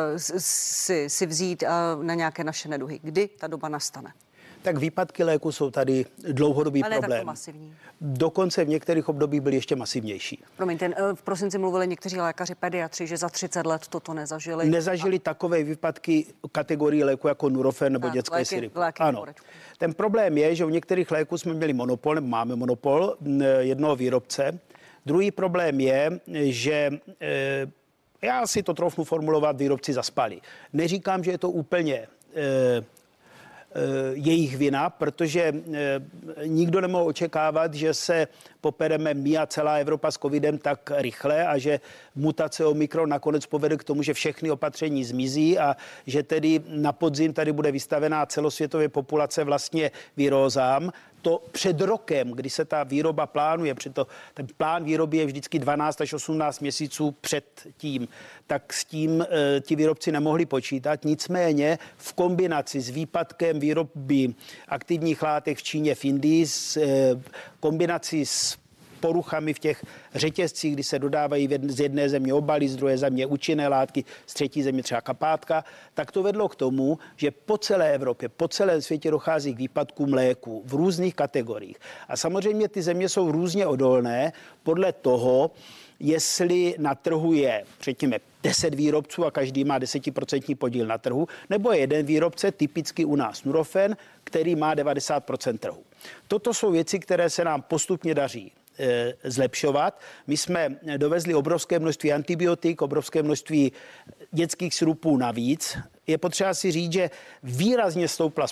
si vzít na nějaké naše neduhy. Kdy ta doba nastane? Tak výpadky léku jsou tady dlouhodobý problém. Masivní. Dokonce v některých obdobích byly ještě masivnější. Promiňte, v prosinci mluvili někteří lékaři, pediatři, že za 30 let toto nezažili. Nezažili takové výpadky kategorii léku jako Nurofen nebo dětské sirupy. Ano. Ten problém je, že u některých léků jsme měli monopol, nebo máme monopol jednoho výrobce. Druhý problém je, že já si to troufnu formulovat, výrobci zaspali. Neříkám, že je to úplně jejich vina, protože nikdo nemohl očekávat, že se popereme my a celá Evropa s covidem tak rychle a že mutace Omikron nakonec povede k tomu, že všechny opatření zmizí a že tedy na podzim tady bude vystavená celosvětové populace vlastně virózám. To před rokem, kdy se ta výroba plánuje, ten plán výroby je vždycky 12 až 18 měsíců před tím, tak s tím ti výrobci nemohli počítat. Nicméně v kombinaci s výpadkem výroby aktivních látek v Číně, v Indii, s kombinací s poruchami v těch řetězcích, kdy se dodávají z jedné země obaly, z druhé země účinné látky, z třetí země třeba kapátka, tak to vedlo k tomu, že po celé Evropě, po celém světě dochází k výpadkům léků v různých kategoriích. A samozřejmě ty země jsou různě odolné podle toho, jestli na trhu je, řekněme, 10 výrobců a každý má 10% podíl na trhu, nebo je jeden výrobce, typicky u nás Nurofen, který má 90% trhu. Toto jsou věci, které se nám postupně daří zlepšovat. My jsme dovezli obrovské množství antibiotik, obrovské množství dětských sirupů navíc. je potřeba si říct, že výrazně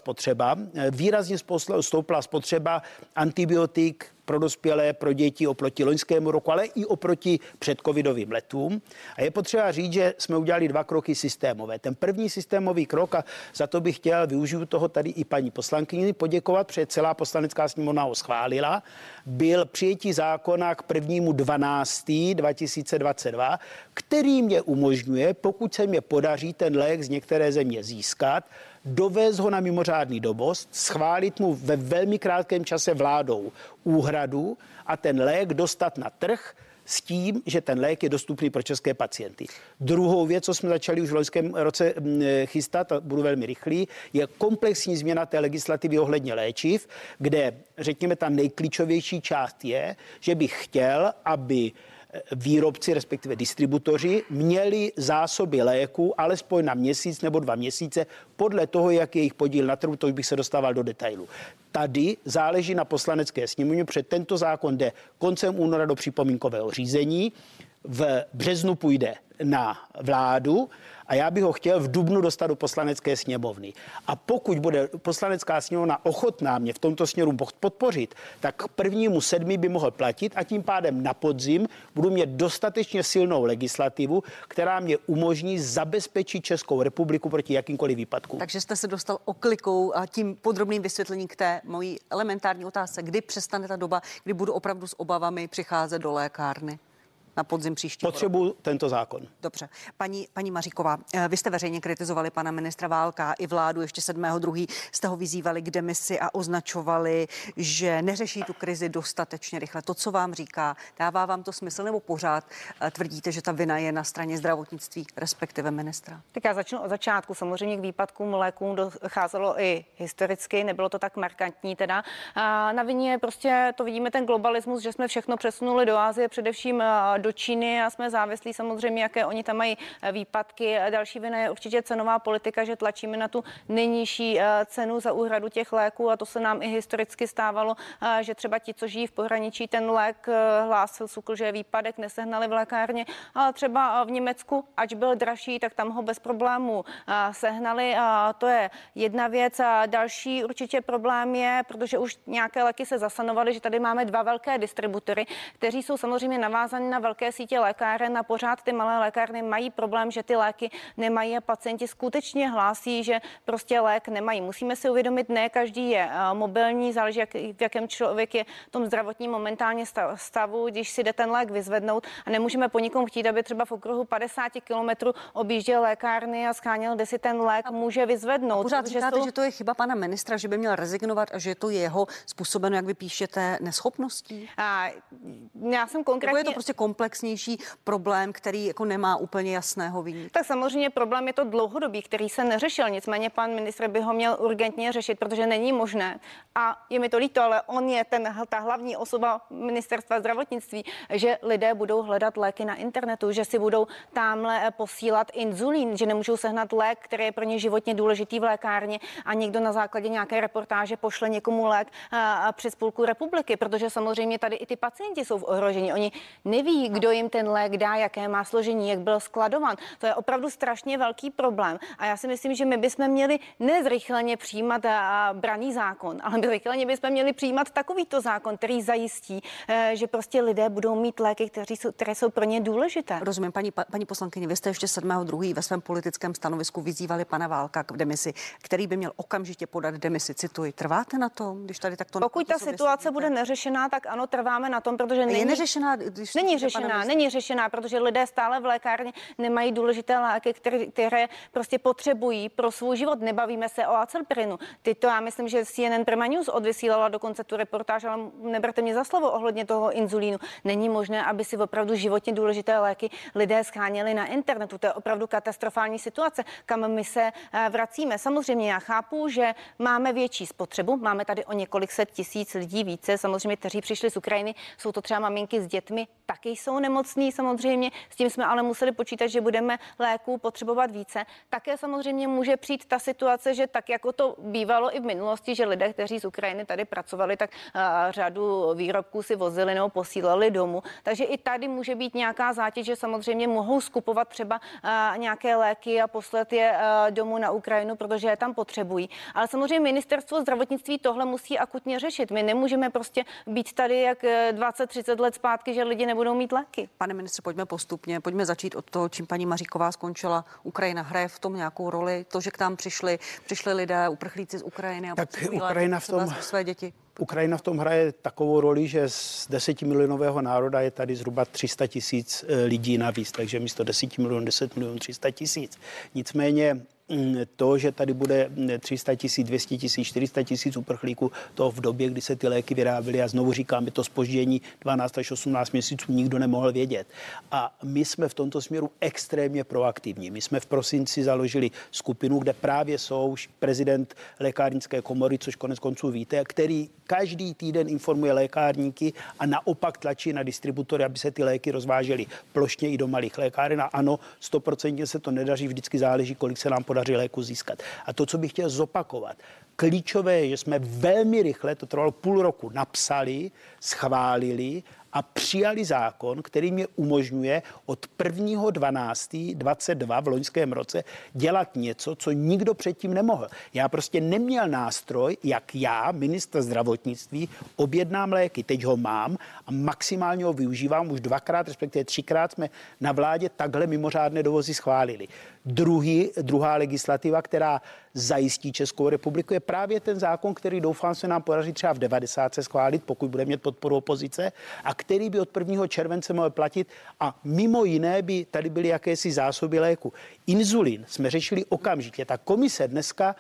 stoupla spotřeba antibiotik pro dospělé, pro děti oproti loňskému roku, ale i oproti předcovidovým letům. A je potřeba říct, že jsme udělali 2 kroky systémové. Ten první systémový krok, a za to bych chtěl, využiju toho tady i paní poslankyni, poděkovat, protože celá Poslanecká sněmovna ho schválila, byl přijetí zákona k 1.12.2022, který mě umožňuje, pokud se mě podaří ten lék z některé země získat, dovést ho na mimořádný dovoz, schválit mu ve velmi krátkém čase vládou úhradu a ten lék dostat na trh s tím, že ten lék je dostupný pro české pacienty. Druhou věc, co jsme začali už v loňském roce chystat, a budu velmi rychlý, je komplexní změna té legislativy ohledně léčiv, kde, řekněme, ta nejklíčovější část je, že bych chtěl, aby výrobci, respektive distributoři, měli zásoby léku alespoň na měsíc nebo 2 měsíce, podle toho, jak je jejich podíl na trhu, to už bych se dostával do detailu. Tady záleží na Poslanecké sněmovně, protože tento zákon jde koncem února do připomínkového řízení, v březnu půjde na vládu a já bych ho chtěl v dubnu dostat do Poslanecké sněmovny. A pokud bude Poslanecká sněmovna ochotná mě v tomto směru podpořit, tak k 1.7. by mohl platit a tím pádem na podzim budu mít dostatečně silnou legislativu, která mě umožní zabezpečit Českou republiku proti jakýmkoliv výpadkům. Takže jste se dostal oklikou a tím podrobným vysvětlením k té mojí elementární otázce. Kdy přestane ta doba, kdy budu opravdu s obavami přicházet do lékárny? Na podzim příštího Potřebuji tento zákon. Dobře. Paní Maříková, vy jste veřejně kritizovali pana ministra Válka i vládu, ještě 7.2. jste ho vyzývali k demisi a označovali, že neřeší tu krizi dostatečně rychle. To, co vám říká, dává vám to smysl, nebo pořád tvrdíte, že ta vina je na straně zdravotnictví, respektive ministra? Tak já začnu od začátku. Samozřejmě k výpadkům léků docházelo i historicky, nebylo to tak markantní teda. A na vině prostě to vidíme ten globalismus, že jsme všechno přesunuli do Asie, především do Číny a jsme závislí samozřejmě, jaké oni tam mají výpadky. Další vina je určitě cenová politika, že tlačíme na tu nejnižší cenu za úhradu těch léků a to se nám i historicky stávalo, že třeba ti, co žijí v pohraničí, ten lék hlásil SÚKL, že je výpadek, nesehnali v lékárně, ale třeba v Německu, ač byl dražší, tak tam ho bez problémů sehnali. A to je jedna věc. A další určitě problém je, protože už nějaké léky se zasanovaly, že tady máme 2 velké distributory, kteří jsou samozřejmě navázaní na velké sítě lékáren a pořád ty malé lékárny mají problém, že ty léky nemají a pacienti skutečně hlásí, že prostě lék nemají. Musíme si uvědomit, ne každý je mobilní, záleží, v jakém člověk je v tom zdravotním momentálně stavu, když si jde ten lék vyzvednout a nemůžeme po nikom chtít, aby třeba v okruhu 50 kilometrů objížděl lékárny a scháněl, kde si ten lék může vyzvednout. Pořád říkáte, že to je chyba pana ministra, že by měl rezignovat a že je to jeho způsobeno, jak vy píšete, neschopností? Já jsem konkrétně... Nebo je to prostě komplexnější problém, který jako nemá úplně jasného viníka? Tak samozřejmě problém je to dlouhodobý, který se neřešil. Nicméně pan ministr by ho měl urgentně řešit, protože není možné. A je mi to líto, ale on je ta hlavní osoba ministerstva zdravotnictví, že lidé budou hledat léky na internetu, že si budou tamhle posílat inzulín, že nemůžou sehnat lék, který je pro ně životně důležitý v lékárně a někdo na základě nějaké reportáže pošle někomu lék přes půlku republiky, protože samozřejmě tady i ty pacienti jsou v ohrožení. Oni neví, kdo jim ten lék dá, jaké má složení, jak byl skladovan. To je opravdu strašně velký problém. A já si myslím, že my bychom měli nezrychleně přijímat branný zákon, ale zrychleně bychom měli přijímat takovýto zákon, který zajistí, že prostě lidé budou mít léky, které jsou pro ně důležité. Rozumím, paní poslankyně, vy jste ještě 7.2. ve svém politickém stanovisku vyzývali pana Válka k demisi, který by měl okamžitě podat demisi. Cituji, trváte na tom, když tady takto... Pokud ta situace bude neřešená, tak ano, trváme na tom, protože je neřešená, není řešená, protože lidé stále v lékárně nemají důležité léky, které prostě potřebují pro svůj život. Nebavíme se o acylpirinu. Já myslím, že CNN Prima News odvysílala dokonce tu reportáž, ale neberte mě za slovo ohledně toho inzulínu. Není možné, aby si opravdu životně důležité léky lidé scháněli na internetu. To je opravdu katastrofální situace, kam my se vracíme. Samozřejmě já chápu, že máme větší spotřebu, máme tady o několik set tisíc lidí více, samozřejmě, kteří přišli z Ukrajiny, jsou to třeba maminky s dětmi, taky jsou jsou nemocní samozřejmě, s tím jsme ale museli počítat, že budeme léků potřebovat více. Také samozřejmě může přijít ta situace, že tak jako to bývalo i v minulosti, že lidé, kteří z Ukrajiny tady pracovali, tak řadu výrobků si vozili nebo posílali domů. Takže i tady může být nějaká zátěž, že samozřejmě mohou skupovat třeba nějaké léky a poslat je domů na Ukrajinu, protože je tam potřebují. Ale samozřejmě ministerstvo zdravotnictví tohle musí akutně řešit. My nemůžeme prostě být tady jak 20-30 let zpátky, že lidi nebudou mít léky. Pane ministře, pojďme postupně, pojďme začít od toho, čím paní Maříková skončila. Ukrajina hraje v tom nějakou roli, to, že k nám přišli lidé, uprchlíci z Ukrajiny a tak Ukrajina své děti. Ukrajina v tom hraje takovou roli, že z 10 milionového národa je tady zhruba 300 000 lidí navíc, takže místo 10 milionů, 10 milionů 300 000. Nicméně to, že tady bude 300 000, 200 000, 400 000 uprchlíků, to v době, kdy se ty léky vyráběly, a znovu říkám, je to zpoždění 12 až 18 měsíců, nikdo nemohl vědět. A my jsme v tomto směru extrémně proaktivní. My jsme v prosinci založili skupinu, kde právě jsou prezident lékárnické komory, což konec konců víte, který každý týden informuje lékárníky a naopak tlačí na distributory, aby se ty léky rozvážely plošně i do malých lékáren. A ano, 100% se to nedaří, vždycky záleží, kolik se nám podaří léku získat. A to, co bych chtěl zopakovat, klíčové je, že jsme velmi rychle, to trvalo půl roku, napsali, schválili a přijali zákon, který mě umožňuje od 1.12.22 v loňském roce dělat něco, co nikdo předtím nemohl. Já prostě neměl nástroj, jak já, ministr zdravotnictví, objednám léky. Teď ho mám a maximálně ho využívám. Už 2krát, respektive 3krát jsme na vládě takhle mimořádné dovozy schválili. Druhá legislativa, která zajistí Českou republiku, je právě ten zákon, který doufám se nám podaří třeba v 90 schválit, pokud bude mít podporu opozice, a který by od 1. července mohl platit, a mimo jiné by tady byly jakési zásoby léku. Inzulin jsme řešili okamžitě. Ta komise dneska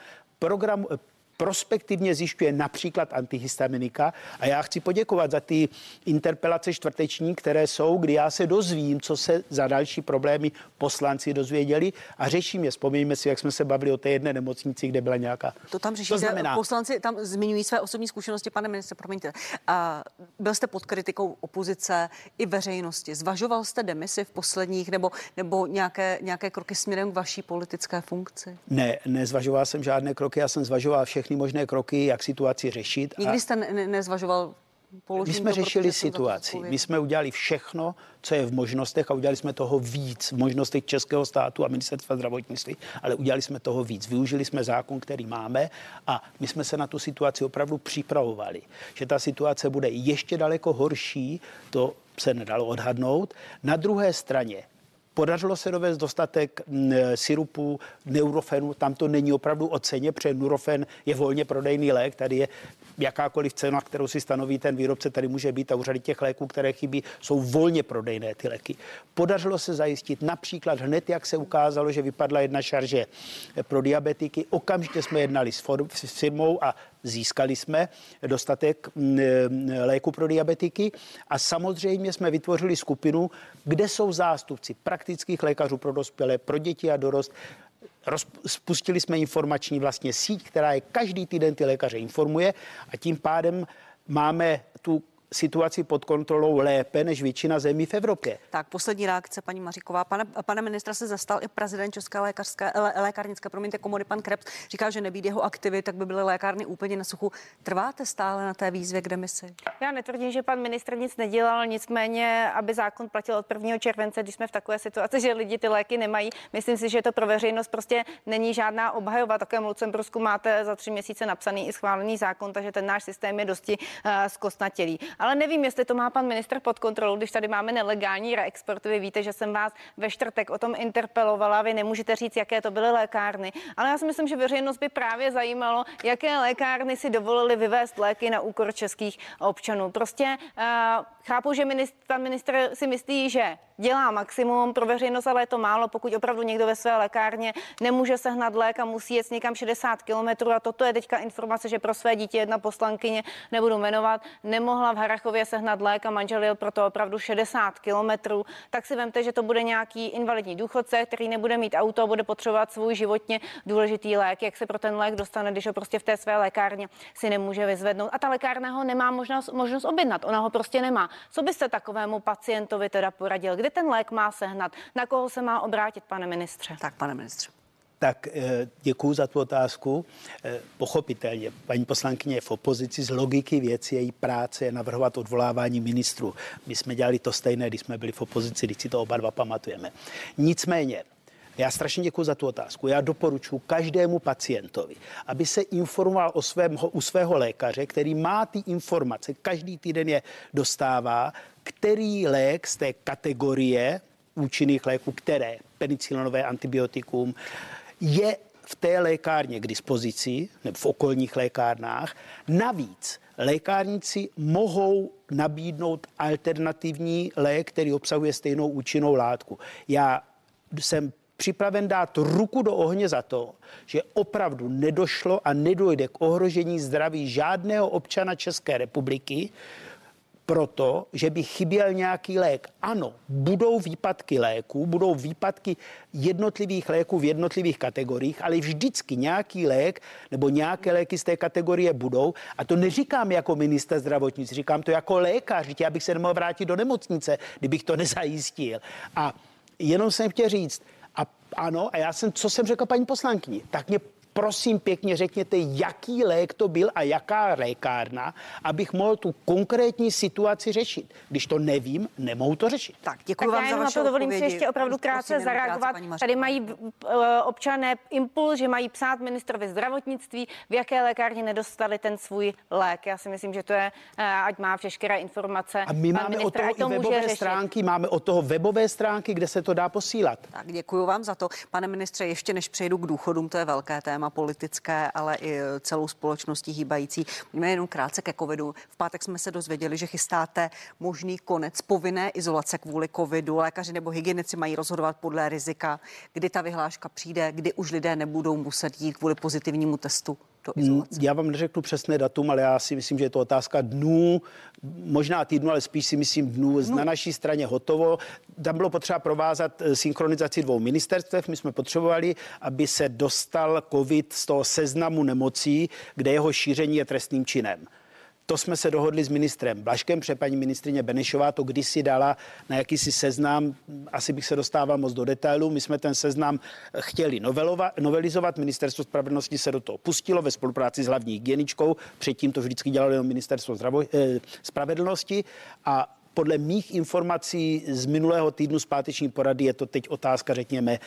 prospektivně zjišťuje například antihistaminika, a já chci poděkovat za ty interpelace čtvrteční, které jsou, kdy já se dozvím, co se za další problémy poslanci dozvěděli, a řeším je. Vzpomeňme si, jak jsme se bavili o té jedné nemocnici, kde byla nějaká. To tam řešíte, poslanci tam zmiňují své osobní zkušenosti, pane ministře, promiňte. A byl jste pod kritikou opozice i veřejnosti. Zvažoval jste demisi v posledních nebo nějaké kroky směrem k vaší politické funkci? Ne, nezvažoval jsem žádné kroky, já jsem zvažoval všechny možné kroky, jak situaci řešit. Nikdy jste nezvažoval položení? My jsme řešili situaci. My jsme udělali všechno, co je v možnostech, a udělali jsme toho víc v možnostech českého státu a ministerstva zdravotnictví, ale udělali jsme toho víc. Využili jsme zákon, který máme, a my jsme se na tu situaci opravdu připravovali. Že ta situace bude ještě daleko horší, to se nedalo odhadnout. Na druhé straně podařilo se dovést dostatek sirupů, Nurofenu, tam to není opravdu o ceně, protože Nurofen je volně prodejný lék, tady je jakákoliv cena, kterou si stanoví ten výrobce, tady může být, a u řady těch léků, které chybí, jsou volně prodejné ty léky. Podařilo se zajistit například hned, jak se ukázalo, že vypadla jedna šarže pro diabetiky, okamžitě jsme jednali s firmou a získali jsme dostatek léku pro diabetiky, a samozřejmě jsme vytvořili skupinu, kde jsou zástupci praktických lékařů pro dospělé, pro děti a dorost. Spustili jsme informační vlastně síť, která je každý týden ty lékaře informuje, a tím pádem máme tu situaci pod kontrolou lépe než většina zemí v Evropě. Tak, poslední reakce, paní Maříková. Pane ministra se zastal i prezident České lékárnické komory, pan Krebs. Říká, že nebýt jeho aktivit, tak by byly lékárny úplně na suchu. Trváte stále na té výzvě k demisi? Já netvrdím, že pan ministr nic nedělal, nicméně, aby zákon platil od 1. července, když jsme v takové situaci, že lidi ty léky nemají. Myslím si, že to pro veřejnost prostě není žádná obhajoba. Takovém Lucembursku máte za 3 měsíce napsaný i schválený zákon, takže ten náš systém je dosti zkostnatělý. Ale nevím, jestli to má pan ministr pod kontrolou, když tady máme nelegální reexport. Vy víte, že jsem vás ve čtvrtek o tom interpelovala, vy nemůžete říct, jaké to byly lékárny, ale já si myslím, že veřejnost by právě zajímalo, jaké lékárny si dovolily vyvést léky na úkor českých občanů. Prostě chápu, že pan ministr si myslí, že dělá maximum pro veřejnost, ale je to málo, pokud opravdu někdo ve své lékárně nemůže sehnat lék a musí jet někam 60 kilometrů, a toto je teďka informace, že pro své dítě jedna poslankyně, nebudu jmenovat, nemohla v Harrachově sehnat lék a manžel jel proto opravdu 60 kilometrů, tak si vemte, že to bude nějaký invalidní důchodce, který nebude mít auto a bude potřebovat svůj životně důležitý lék. Jak se pro ten lék dostane, když ho prostě v té své lékárně si nemůže vyzvednout? A ta lékárna ho nemá možnost objednat, ona ho prostě nemá. Co byste takovému pacientovi teda poradil? Kde ten lék má sehnat? Na koho se má obrátit, pane ministře? Tak, pane ministře. Tak děkuju za tu otázku. Pochopitelně, paní poslankyně je v opozici, z logiky věci její práce je navrhovat odvolávání ministrů. My jsme dělali to stejné, když jsme byli v opozici, když si to oba dva pamatujeme. Nicméně, já strašně děkuju za tu otázku. Já doporučuji každému pacientovi, aby se informoval u svého lékaře, který má ty informace, každý týden je dostává, který lék z té kategorie účinných léků, které penicillinové antibiotikum, je v té lékárně k dispozici, nebo v okolních lékárnách. Navíc lékárníci mohou nabídnout alternativní lék, který obsahuje stejnou účinnou látku. Já jsem připraven dát ruku do ohně za to, že opravdu nedošlo a nedojde k ohrožení zdraví žádného občana České republiky, proto, že by chyběl nějaký lék. Ano, budou výpadky léků, budou výpadky jednotlivých léků v jednotlivých kategoriích, ale vždycky nějaký lék nebo nějaké léky z té kategorie budou. A to neříkám jako ministr zdravotnictví, říkám to jako lékař, že já bych se nemohl vrátit do nemocnice, kdybych to nezajistil. A jenom jsem chtěl říct, a ano, a co jsem řekl paní poslankyni, tak mě prosím pěkně řekněte, jaký lék to byl a jaká lékárna, abych mohl tu konkrétní situaci řešit. Když to nevím, nemohu to řešit. Tak, děkuji vám za vaše odpovědi. Dovolím si ještě opravdu krátce zareagovat. Tady mají občané impuls, že mají psát ministrovi zdravotnictví, v jaké lékárně nedostali ten svůj lék. Já si myslím, že to je, ať má veškeré informace. A my máme od toho i webové stránky, máme od toho webové stránky, kde se to dá posílat. Tak, děkuji vám za to. Pane ministře, ještě než přejdu k důchodům, to je velké téma politické, ale i celou společností hýbající. Pojďme jenom krátce ke covidu. V pátek jsme se dozvěděli, že chystáte možný konec povinné izolace kvůli covidu. Lékaři nebo hygienici mají rozhodovat podle rizika, kdy ta vyhláška přijde, kdy už lidé nebudou muset jít kvůli pozitivnímu testu do izolace. Já vám neřeknu přesné datum, ale já si myslím, že je to otázka dnů, možná týdnu, ale spíš si myslím dnů. Na naší straně hotovo. Tam bylo potřeba provázat synchronizaci 2 ministerstev. My jsme potřebovali, aby se dostal covid z toho seznamu nemocí, kde jeho šíření je trestným činem. To jsme se dohodli s ministrem Blažkem, protože paní ministryně Benešová to kdysi dala na jakýsi seznam, asi bych se dostával moc do detailu. My jsme ten seznam chtěli novelizovat, ministerstvo spravedlnosti se do toho pustilo ve spolupráci s hlavní hygieničkou, předtím to vždycky dělalo jenom ministerstvo spravedlnosti a podle mých informací z minulého týdnu z páteční porady je to teď otázka, řekněme,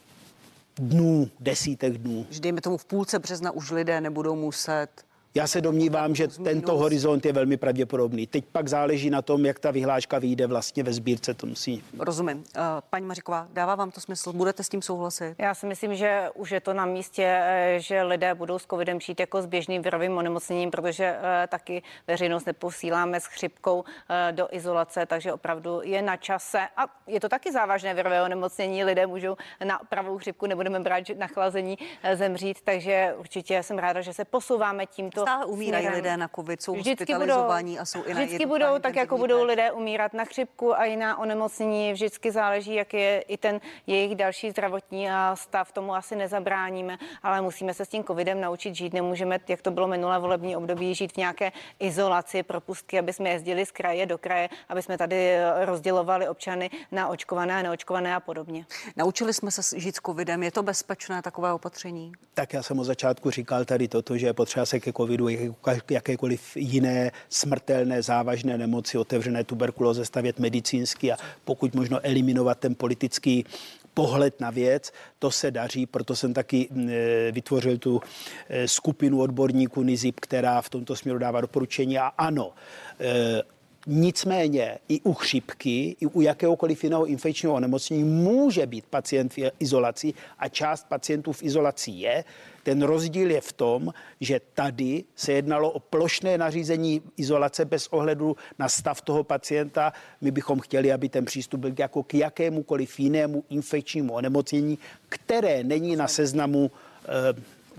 dnů, desítek dnů. Že dejme tomu v půlce března už lidé nebudou muset. Já se domnívám, že tento horizont je velmi pravděpodobný. Teď pak záleží na tom, jak ta vyhláška vyjde vlastně ve sbírce, to musí. Rozumím. Paní Maříková, dává vám to smysl? Budete s tím souhlasit? Já si myslím, že už je to na místě, že lidé budou s covidem žít jako s běžným virovým onemocněním, protože taky veřejnost neposíláme s chřipkou do izolace, takže opravdu je na čase. A je to taky závažné virové onemocnění, lidé můžou na pravou chřipku, nebudeme brát na chlazení, zemřít, takže určitě jsem ráda, že se posouváme tímto. Stále umírají lidé na covid, jsou Vždycky hospitalizovaní a jsou i na vždycky budou, tak jako budou lidé umírat na chřipku a jiná onemocnění, vždycky záleží, jak je i ten jejich další zdravotní stav, tomu asi nezabráníme, ale musíme se s tím covidem naučit žít, nemůžeme, jak to bylo minulé volební období, žít v nějaké izolaci, propustky, aby jsme jezdili z kraje do kraje, aby jsme tady rozdělovali občany na očkované a neočkované a podobně. Naučili jsme se žít s covidem, je to bezpečné takové opatření? Tak já jsem od začátku říkal tady toto, že je potřeba se ke covidu jakékoliv jiné smrtelné závažné nemoci, otevřené tuberkulóze stavět medicínsky a pokud možno eliminovat ten politický pohled na věc. To se daří, proto jsem taky vytvořil tu skupinu odborníků NIZIP, která v tomto směru dává doporučení a ano, nicméně i u chřipky, i u jakéhokoliv jiného infekčního onemocnění může být pacient v izolaci a část pacientů v izolaci je. Ten rozdíl je v tom, že tady se jednalo o plošné nařízení izolace bez ohledu na stav toho pacienta. My bychom chtěli, aby ten přístup byl jako k jakémukoliv jinému infekčnímu onemocnění, které není na seznamu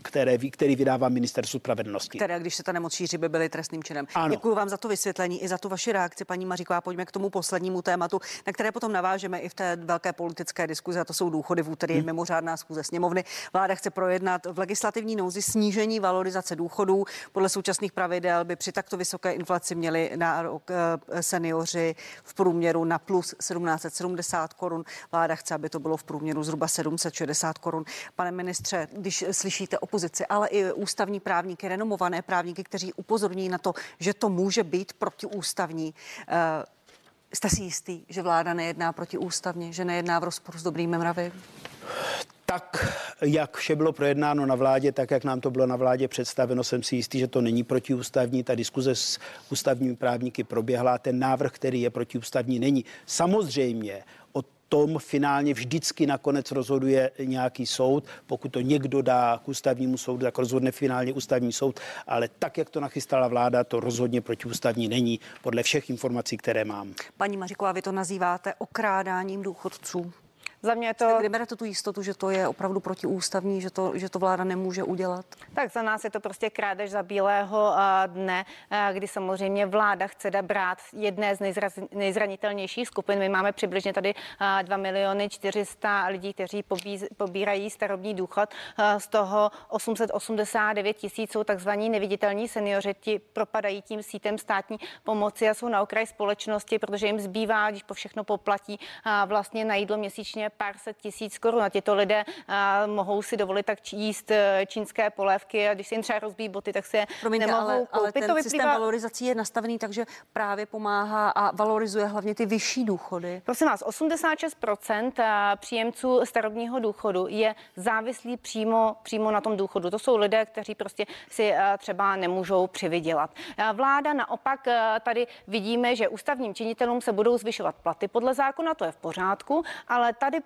který vydává Ministerstvo spravedlnosti. Které, když se ta nemoc šíří, by byly trestným činem. Ano. Děkuji vám za to vysvětlení i za tu vaši reakci, paní Maříková. Pojďme k tomu poslednímu tématu, na které potom navážeme i v té velké politické diskuzi, a to jsou důchody. V úterý mimořádná schůze sněmovny. Vláda chce projednat v legislativní nouzi snížení valorizace důchodů. Podle současných pravidel by při takto vysoké inflaci měli nárok seniori v průměru na plus 1770 korun. Vláda chce, aby to bylo v průměru zhruba 760 korun. Pane ministře, když slyšíte opozici, ale i ústavní právníky, renomované právníky, kteří upozorní na to, že to může být protiústavní, jste si jistý, že vláda nejedná protiústavně, že nejedná v rozporu s dobrými mravy? Tak, jak vše bylo projednáno na vládě, tak, jak nám to bylo na vládě představeno, jsem si jistý, že to není protiústavní. Ta diskuze s ústavními právníky proběhla. Ten návrh, který je protiústavní, není. Samozřejmě o tom finálně vždycky nakonec rozhoduje nějaký soud. Pokud to někdo dá k ústavnímu soudu, tak rozhodne finálně ústavní soud. Ale tak, jak to nachystala vláda, to rozhodně protiústavní není, podle všech informací, které mám. Paní Maříková, vy to nazýváte okrádáním důchodců. Za mě to... Kde berete tu jistotu, že to je opravdu protiústavní, že to vláda nemůže udělat? Tak za nás je to prostě krádež za bílého dne, kdy samozřejmě vláda chce brát jedné z nejzranitelnějších skupin. My máme přibližně tady 2 400 000 lidí, kteří pobírají starobní důchod. Z toho 889 000 jsou takzvaní neviditelní seniori, ti propadají tím sítem státní pomoci a jsou na okraji společnosti, protože jim zbývá, když po všechno poplatí, vlastně na jídlo měsíčně pár set tisíc korun. A tyto lidé mohou si dovolit tak jíst čínské polévky a když se jim třeba rozbíjí boty, tak si je nemohou koupit. Ale ten systém valorizací je nastavený tak, že právě pomáhá a valorizuje hlavně ty vyšší důchody. Prosím vás, 86% příjemců starobního důchodu je závislý přímo na tom důchodu. To jsou lidé, kteří prostě si třeba nemůžou přivydělat. Vláda naopak tady vidíme, že ústavním činitelům se budou zvyšovat platy podle zákona, to je v pořádku, ale tady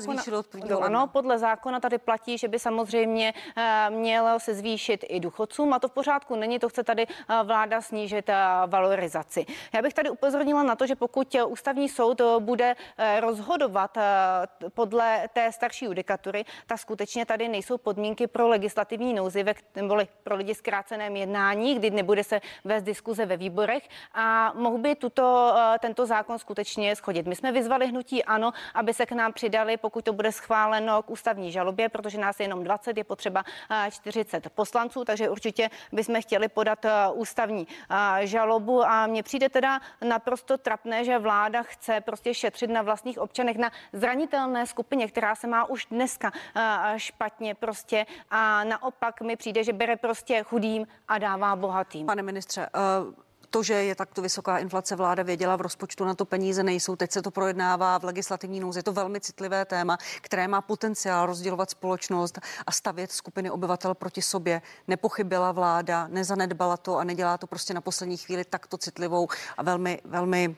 podle zákona tady platí, že by samozřejmě mělo se zvýšit i důchodcům a to v pořádku není, to chce tady vláda snížit valorizaci. Já bych tady upozornila na to, že pokud ústavní soud bude rozhodovat podle té starší judikatury, tak skutečně tady nejsou podmínky pro legislativní nouzi, neboli pro lidi zkráceném jednání, kdy nebude se vést diskuze ve výborech a mohl by tento zákon skutečně shodit. My jsme vyzvali hnutí ANO, aby se k nám přidali, pokud to bude schváleno, k ústavní žalobě, protože nás je jenom 20, je potřeba 40 poslanců, takže určitě bychom chtěli podat ústavní žalobu a mně přijde teda naprosto trapné, že vláda chce prostě šetřit na vlastních občanech, na zranitelné skupině, která se má už dneska špatně prostě a naopak mi přijde, že bere prostě chudým a dává bohatým. Pane ministře, to, že je takto vysoká inflace, vláda věděla, v rozpočtu na to peníze nejsou, teď se to projednává v legislativní nouzi. Je to velmi citlivé téma, které má potenciál rozdělovat společnost a stavět skupiny obyvatel proti sobě. Nepochybila vláda, nezanedbala to a nedělá to prostě na poslední chvíli takto citlivou a velmi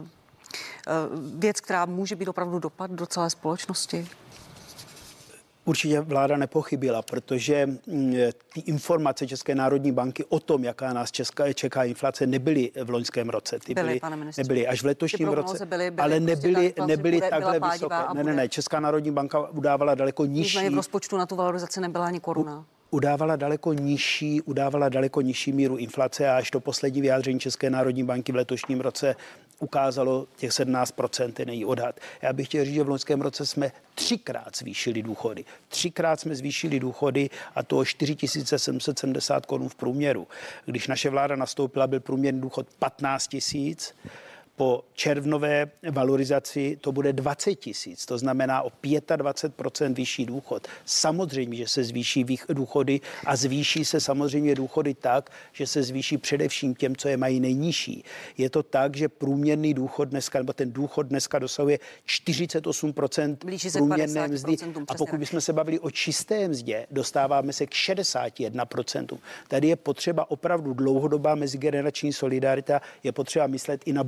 věc, která může být opravdu dopad do celé společnosti. Určitě vláda nepochybila, protože ty informace České národní banky o tom, jaká nás čeká inflace, nebyly v loňském roce. Nebyly až v letošním roce, ale nebyly takhle vysoké. Ne. Česká národní banka udávala daleko nižší. Nicméně v rozpočtu na tu valorizaci nebyla ani koruna. Udávala daleko nižší míru inflace a až to poslední vyjádření České národní banky v letošním roce ukázalo těch 17%, ten její odhad. Já bych chtěl říct, že v loňském roce jsme 3krát zvýšili důchody. 3krát jsme zvýšili důchody a to o 4 770 korun v průměru. Když naše vláda nastoupila, byl průměrný důchod 15 000. Po červnové valorizaci to bude 20 000, to znamená o 25% vyšší důchod. Samozřejmě, že se zvýší důchody a zvýší se samozřejmě důchody tak, že se zvýší především těm, co je mají nejnižší. Je to tak, že průměrný důchod dneska, nebo ten důchod dneska dosahuje 48% průměrné mzdy. A pokud bychom se bavili o čisté mzdě, dostáváme se k 61%. Tady je potřeba opravdu dlouhodobá mezigenerační solidarita, je potřeba myslet i na budoucnost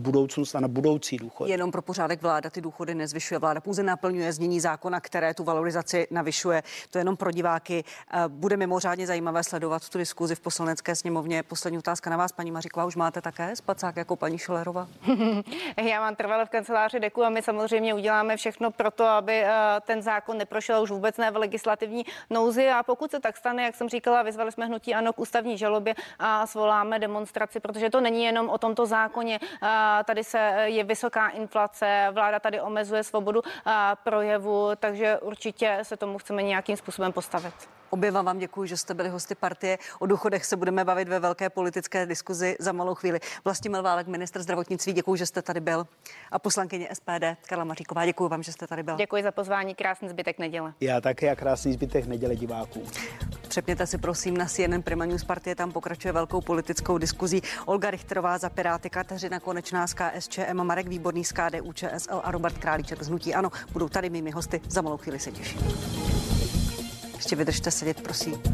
budoucnost a na budoucí důchody. Jenom pro pořádek, vláda ty důchody nezvyšuje, vláda pouze naplňuje znění zákona, které tu valorizaci navyšuje. To je jenom pro diváky. Bude mimořádně zajímavé sledovat tu diskuzi v Poslanecké sněmovně. Poslední otázka na vás, paní Maříková, už máte také spacák jako paní Schillerová? Já mám trvale v kanceláři deku a my samozřejmě uděláme všechno pro to, aby ten zákon neprošel, už vůbec ne v legislativní nouzi, a pokud se tak stane, jak jsem říkala, vyzvali jsme hnutí ANO k ústavní žalobě a svoláme demonstraci, protože to není jenom o tomto zákoně. Tady je vysoká inflace, vláda tady omezuje svobodu projevu, takže určitě se tomu chceme nějakým způsobem postavit. Oběma vám děkuji, že jste byli hosty Partie. O důchodech se budeme bavit ve velké politické diskuzi za malou chvíli. Vlastimil Válek, ministr zdravotnictví, děkuji, že jste tady byl. A poslankyně SPD Karla Maříková, děkuji vám, že jste tady byl. Děkuji za pozvání, krásný zbytek neděle. Já také a krásný zbytek neděle divákům. Přepněte si prosím na CNN Prima News. Partie tam pokračuje velkou politickou diskuzí. Olga Richterová za Piráty, Kateřina Konečná z KSČM, Marek Výborný z KDU-ČSL a Robert Králíček z hnutí ANO budou tady mými hosty. Za malou chvíli se těším. Ještě vydržte sedět, prosím.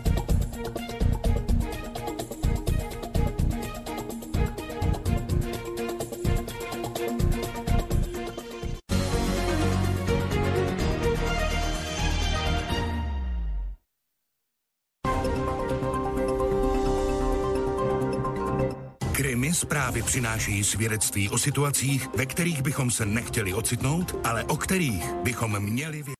Krimi zprávy přinášejí svědectví o situacích, ve kterých bychom se nechtěli ocitnout, ale o kterých bychom měli vědět.